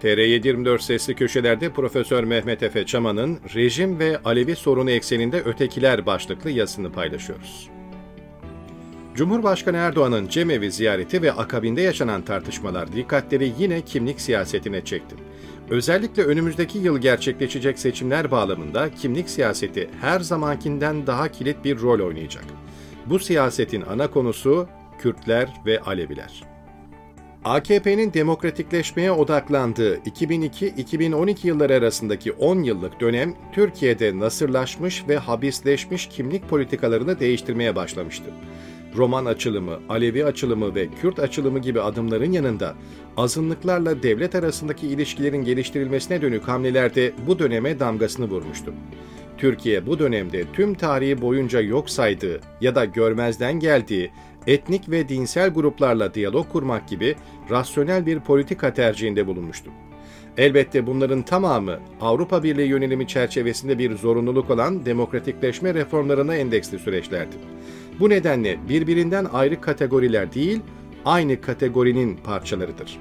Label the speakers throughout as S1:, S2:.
S1: TR724 Sesli Köşeler'de Profesör Mehmet Efe Çaman'ın Rejim ve Alevi Sorunu Ekseninde Ötekiler başlıklı yazısını paylaşıyoruz. Cumhurbaşkanı Erdoğan'ın Cemevi ziyareti ve akabinde yaşanan tartışmalar dikkatleri yine kimlik siyasetine çekti. Özellikle önümüzdeki yıl gerçekleşecek seçimler bağlamında kimlik siyaseti her zamankinden daha kilit bir rol oynayacak. Bu siyasetin ana konusu Kürtler ve Aleviler. AKP'nin demokratikleşmeye odaklandığı 2002-2012 yılları arasındaki 10 yıllık dönem, Türkiye'de nasırlaşmış ve habisleşmiş kimlik politikalarını değiştirmeye başlamıştı. Roman açılımı, Alevi açılımı ve Kürt açılımı gibi adımların yanında azınlıklarla devlet arasındaki ilişkilerin geliştirilmesine dönük hamleler de bu döneme damgasını vurmuştu. Türkiye bu dönemde tüm tarihi boyunca yok saydığı ya da görmezden geldiği etnik ve dinsel gruplarla diyalog kurmak gibi rasyonel bir politika tercihinde bulunmuştu. Elbette bunların tamamı Avrupa Birliği yönelimi çerçevesinde bir zorunluluk olan demokratikleşme reformlarına endeksli süreçlerdi. Bu nedenle birbirinden ayrı kategoriler değil, aynı kategorinin parçalarıdır.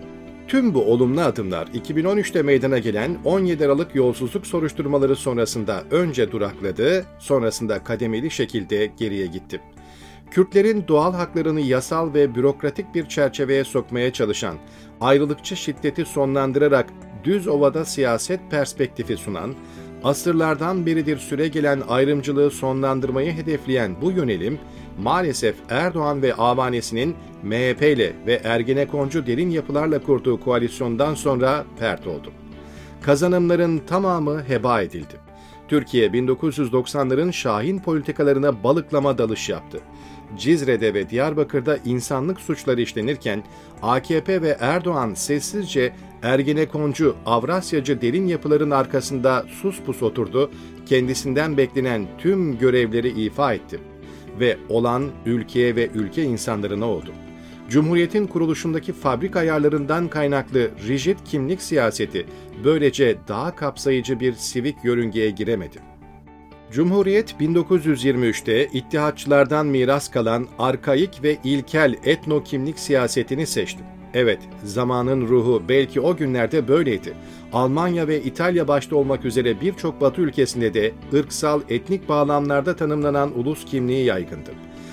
S1: Tüm bu olumlu adımlar 2013'te meydana gelen 17 Aralık yolsuzluk soruşturmaları sonrasında önce durakladı, sonrasında kademeli şekilde geriye gitti. Kürtlerin doğal haklarını yasal ve bürokratik bir çerçeveye sokmaya çalışan, ayrılıkçı şiddeti sonlandırarak düz ovada siyaset perspektifi sunan, asırlardan beridir süregelen ayrımcılığı sonlandırmayı hedefleyen bu yönelim, maalesef Erdoğan ve avanesinin MHP'yle ve Ergenekoncu derin yapılarla kurduğu koalisyondan sonra pert oldu. Kazanımların tamamı heba edildi. Türkiye 1990'ların şahin politikalarına balıklama dalış yaptı. Cizre'de ve Diyarbakır'da insanlık suçları işlenirken AKP ve Erdoğan sessizce Ergenekoncu, Avrasyacı derin yapıların arkasında sus pus oturdu, kendisinden beklenen tüm görevleri ifa etti. Ve olan ülkeye ve ülke insanlarına oldu. Cumhuriyetin kuruluşundaki fabrik ayarlarından kaynaklı rigid kimlik siyaseti böylece daha kapsayıcı bir sivik yörüngeye giremedi. Cumhuriyet 1923'te İttihatçılardan miras kalan arkaik ve ilkel etno-kimlik siyasetini seçti. Evet, zamanın ruhu belki o günlerde böyleydi. Almanya ve İtalya başta olmak üzere birçok Batı ülkesinde de ırksal etnik bağlamlarda tanımlanan ulus kimliği yaygındı.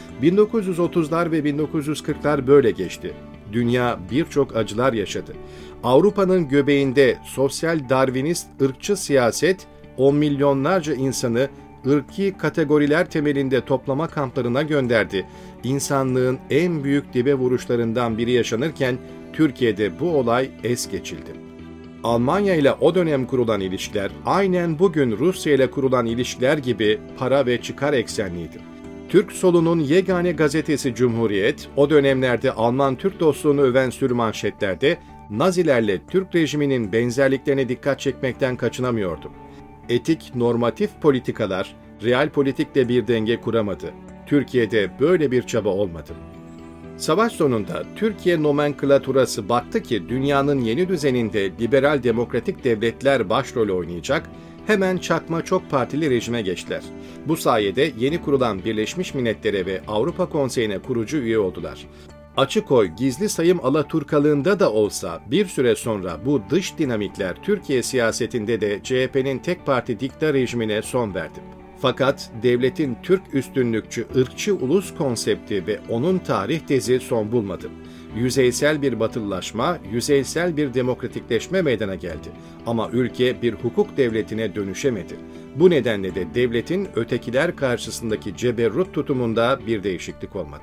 S1: 1930'lar ve 1940'lar böyle geçti. Dünya birçok acılar yaşadı. Avrupa'nın göbeğinde sosyal darwinist ırkçı siyaset, 10 milyonlarca insanı ırki kategoriler temelinde toplama kamplarına gönderdi. İnsanlığın en büyük dibe vuruşlarından biri yaşanırken Türkiye'de bu olay es geçildi. Almanya ile o dönem kurulan ilişkiler aynen bugün Rusya ile kurulan ilişkiler gibi para ve çıkar eksenliydi. Türk solunun yegane gazetesi Cumhuriyet, o dönemlerde Alman-Türk dostluğunu öven sürmanşetlerde Nazilerle Türk rejiminin benzerliklerine dikkat çekmekten kaçınamıyordu. Etik, normatif politikalar, real politikle bir denge kuramadı. Türkiye'de böyle bir çaba olmadı. Savaş sonunda Türkiye nomenklaturası baktı ki dünyanın yeni düzeninde liberal demokratik devletler başrol oynayacak, hemen çakma çok partili rejime geçtiler. Bu sayede yeni kurulan Birleşmiş Milletler'e ve Avrupa Konseyi'ne kurucu üye oldular. Açık oy, gizli sayım alaturkalığında da olsa bir süre sonra bu dış dinamikler Türkiye siyasetinde de CHP'nin tek parti dikta rejimine son verdi. Fakat devletin Türk üstünlükçü ırkçı ulus konsepti ve onun tarih tezi son bulmadı. Yüzeysel bir batılılaşma, yüzeysel bir demokratikleşme meydana geldi. Ama ülke bir hukuk devletine dönüşemedi. Bu nedenle de devletin ötekiler karşısındaki ceberrut tutumunda bir değişiklik olmadı.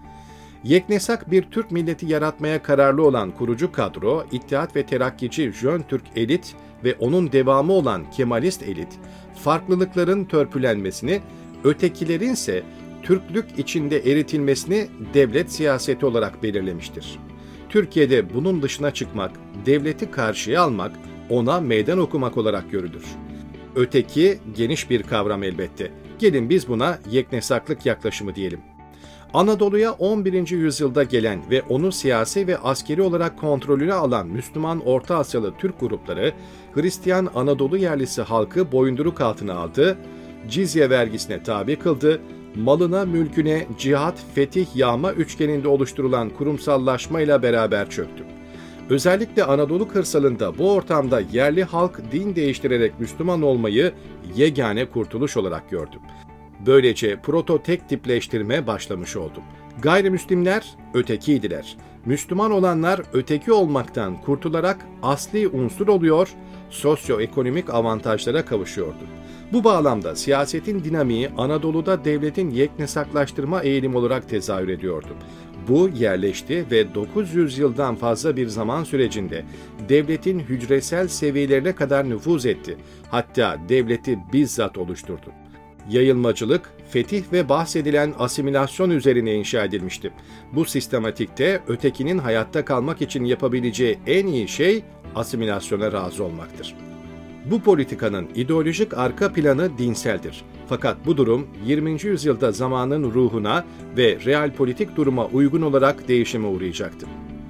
S1: Yeknesak bir Türk milleti yaratmaya kararlı olan kurucu kadro, İttihat ve Terakkici Jön Türk elit ve onun devamı olan Kemalist elit, farklılıkların törpülenmesini, ötekilerinse Türklük içinde eritilmesini devlet siyaseti olarak belirlemiştir. Türkiye'de bunun dışına çıkmak, devleti karşıya almak, ona meydan okumak olarak görülür. Öteki geniş bir kavram elbette. Gelin biz buna yeknesaklık yaklaşımı diyelim. Anadolu'ya 11. yüzyılda gelen ve onu siyasi ve askeri olarak kontrolüne alan Müslüman Orta Asyalı Türk grupları, Hristiyan Anadolu yerlisi halkı boyunduruk altına aldı, cizye vergisine tabi kıldı, malına mülküne cihat, fetih, yağma üçgeninde oluşturulan kurumsallaşmayla beraber çöktü. Özellikle Anadolu kırsalında bu ortamda yerli halk din değiştirerek Müslüman olmayı yegane kurtuluş olarak gördüm. Böylece proto-tek tipleştirme başlamış oldu. Gayrimüslimler ötekiydiler. Müslüman olanlar öteki olmaktan kurtularak asli unsur oluyor, sosyoekonomik avantajlara kavuşuyordu. Bu bağlamda siyasetin dinamiği Anadolu'da devletin yeknesaklaştırma eğilimi olarak tezahür ediyordu. Bu yerleşti ve 900 yıldan fazla bir zaman sürecinde devletin hücresel seviyelerine kadar nüfuz etti. Hatta devleti bizzat oluşturdu. Yayılmacılık, fetih ve bahsedilen asimilasyon üzerine inşa edilmişti. Bu sistematikte ötekinin hayatta kalmak için yapabileceği en iyi şey asimilasyona razı olmaktır. Bu politikanın ideolojik arka planı dinseldir. Fakat bu durum 20. yüzyılda zamanın ruhuna ve realpolitik duruma uygun olarak değişime uğrayacaktı.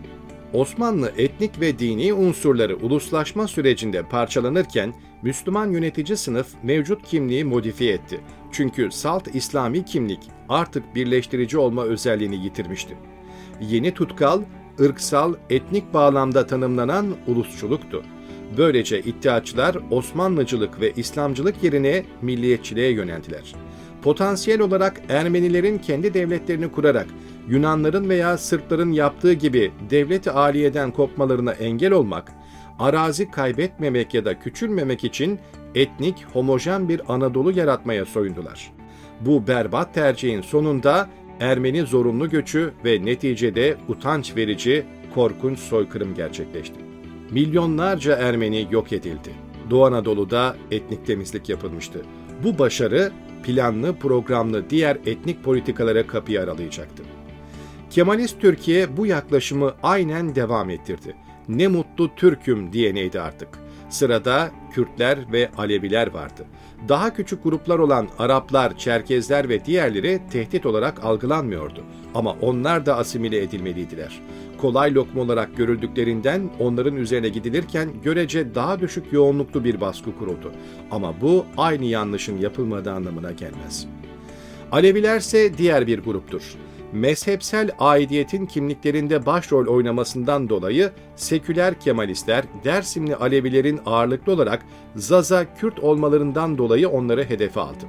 S1: Osmanlı etnik ve dini unsurları uluslaşma sürecinde parçalanırken Müslüman yönetici sınıf mevcut kimliği modifiye etti. Çünkü salt İslami kimlik artık birleştirici olma özelliğini yitirmişti. Yeni tutkal, ırksal, etnik bağlamda tanımlanan ulusçuluktu. Böylece iddiaçılar Osmanlıcılık ve İslamcılık yerine milliyetçiliğe yöneldiler. Potansiyel olarak Ermenilerin kendi devletlerini kurarak Yunanların veya Sırpların yaptığı gibi devlet-i aliyeden kopmalarına engel olmak, arazi kaybetmemek ya da küçülmemek için etnik, homojen bir Anadolu yaratmaya soyundular. Bu berbat tercihin sonunda Ermeni zorunlu göçü ve neticede utanç verici, korkunç soykırım gerçekleşti. Milyonlarca Ermeni yok edildi. Doğu Anadolu'da etnik temizlik yapılmıştı. Bu başarı planlı, programlı diğer etnik politikalara kapıyı aralayacaktı. Kemalist Türkiye bu yaklaşımı aynen devam ettirdi. Ne mutlu Türk'üm diyeneydi artık. Sırada Kürtler ve Aleviler vardı. Daha küçük gruplar olan Araplar, Çerkezler ve diğerleri tehdit olarak algılanmıyordu. Ama onlar da asimile edilmeliydiler. Kolay lokma olarak görüldüklerinden onların üzerine gidilirken görece daha düşük yoğunluklu bir baskı kuruldu. Ama bu aynı yanlışın yapılmadığı anlamına gelmez. Alevilerse diğer bir gruptur. Mezhepsel aidiyetin kimliklerinde başrol oynamasından dolayı seküler Kemalistler, Dersimli Alevilerin ağırlıklı olarak Zaza Kürt olmalarından dolayı onları hedefe aldı.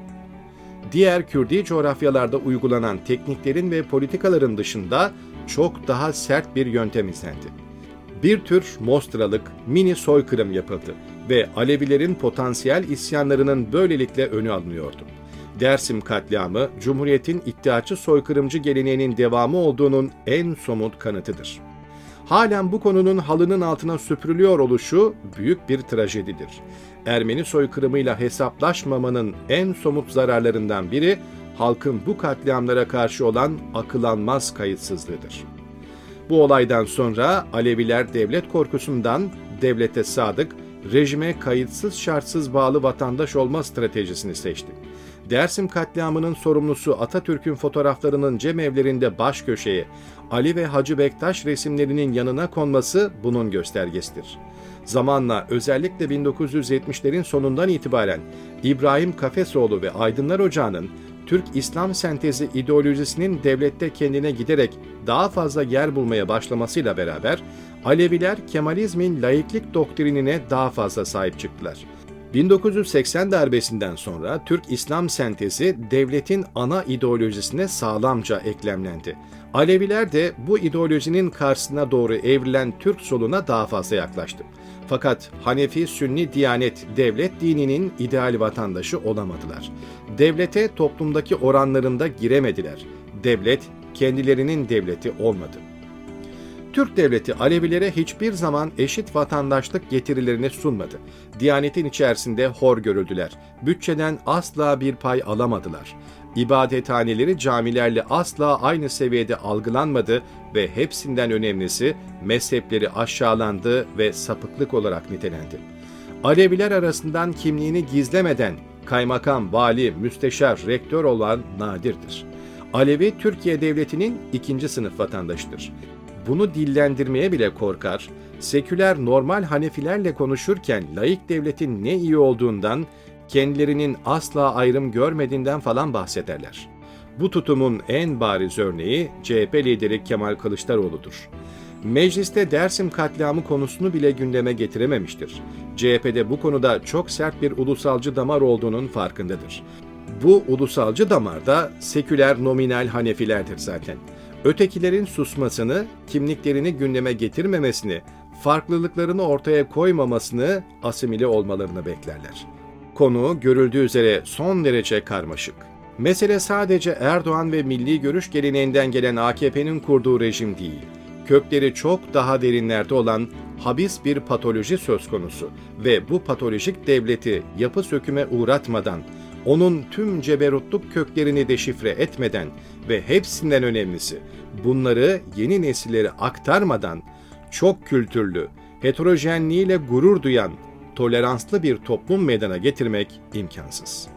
S1: Diğer Kürdi coğrafyalarda uygulanan tekniklerin ve politikaların dışında çok daha sert bir yöntem izlendi. Bir tür Mostralık, mini soykırım yapıldı ve Alevilerin potansiyel isyanlarının böylelikle önü alınıyordu. Dersim katliamı, Cumhuriyet'in iddiaçı soykırımcı geleneğinin devamı olduğunun en somut kanıtıdır. Halen bu konunun halının altına süpürülüyor oluşu büyük bir trajedidir. Ermeni soykırımıyla hesaplaşmamanın en somut zararlarından biri, halkın bu katliamlara karşı olan akılanmaz kayıtsızlığıdır. Bu olaydan sonra Aleviler devlet korkusundan devlete sadık, rejime kayıtsız şartsız bağlı vatandaş olma stratejisini seçti. Dersim katliamının sorumlusu Atatürk'ün fotoğraflarının cemevlerinde baş köşeye, Ali ve Hacı Bektaş resimlerinin yanına konması bunun göstergesidir. Zamanla özellikle 1970'lerin sonundan itibaren İbrahim Kafesoğlu ve Aydınlar Ocağı'nın Türk-İslam sentezi ideolojisinin devlette kendine giderek daha fazla yer bulmaya başlamasıyla beraber Aleviler Kemalizmin laiklik doktrinine daha fazla sahip çıktılar. 1980 darbesinden sonra Türk-İslam sentezi devletin ana ideolojisine sağlamca eklemlendi. Aleviler de bu ideolojinin karşısına doğru evrilen Türk soluna daha fazla yaklaştı. Fakat Hanefi-Sünni Diyanet devlet dininin ideal vatandaşı olamadılar. Devlete toplumdaki oranlarında giremediler. Devlet kendilerinin devleti olmadı. Türk devleti Alevilere hiçbir zaman eşit vatandaşlık getirilerini sunmadı. Diyanetin içerisinde hor görüldüler. Bütçeden asla bir pay alamadılar. İbadethaneleri camilerle asla aynı seviyede algılanmadı ve hepsinden önemlisi mezhepleri aşağılandı ve sapıklık olarak nitelendi. Aleviler arasından kimliğini gizlemeden kaymakam, vali, müsteşar, rektör olan nadirdir. Alevi Türkiye Devleti'nin ikinci sınıf vatandaşıdır. Bunu dillendirmeye bile korkar, seküler normal Hanefilerle konuşurken laik devletin ne iyi olduğundan, kendilerinin asla ayrım görmediğinden falan bahsederler. Bu tutumun en bariz örneği CHP lideri Kemal Kılıçdaroğlu'dur. Mecliste Dersim katliamı konusunu bile gündeme getirememiştir. CHP'de bu konuda çok sert bir ulusalcı damar olduğunun farkındadır. Bu ulusalcı damar da seküler nominal Hanefilerdir zaten. Ötekilerin susmasını, kimliklerini gündeme getirmemesini, farklılıklarını ortaya koymamasını, asimile olmalarını beklerler. Konu görüldüğü üzere son derece karmaşık. Mesele sadece Erdoğan ve milli görüş geleneğinden gelen AKP'nin kurduğu rejim değil. Kökleri çok daha derinlerde olan habis bir patoloji söz konusu ve bu patolojik devleti yapı söküme uğratmadan, onun tüm ceberutluk köklerini deşifre etmeden ve hepsinden önemlisi bunları yeni nesillere aktarmadan çok kültürlü, heterojenliğiyle gurur duyan, toleranslı bir toplum meydana getirmek imkansız.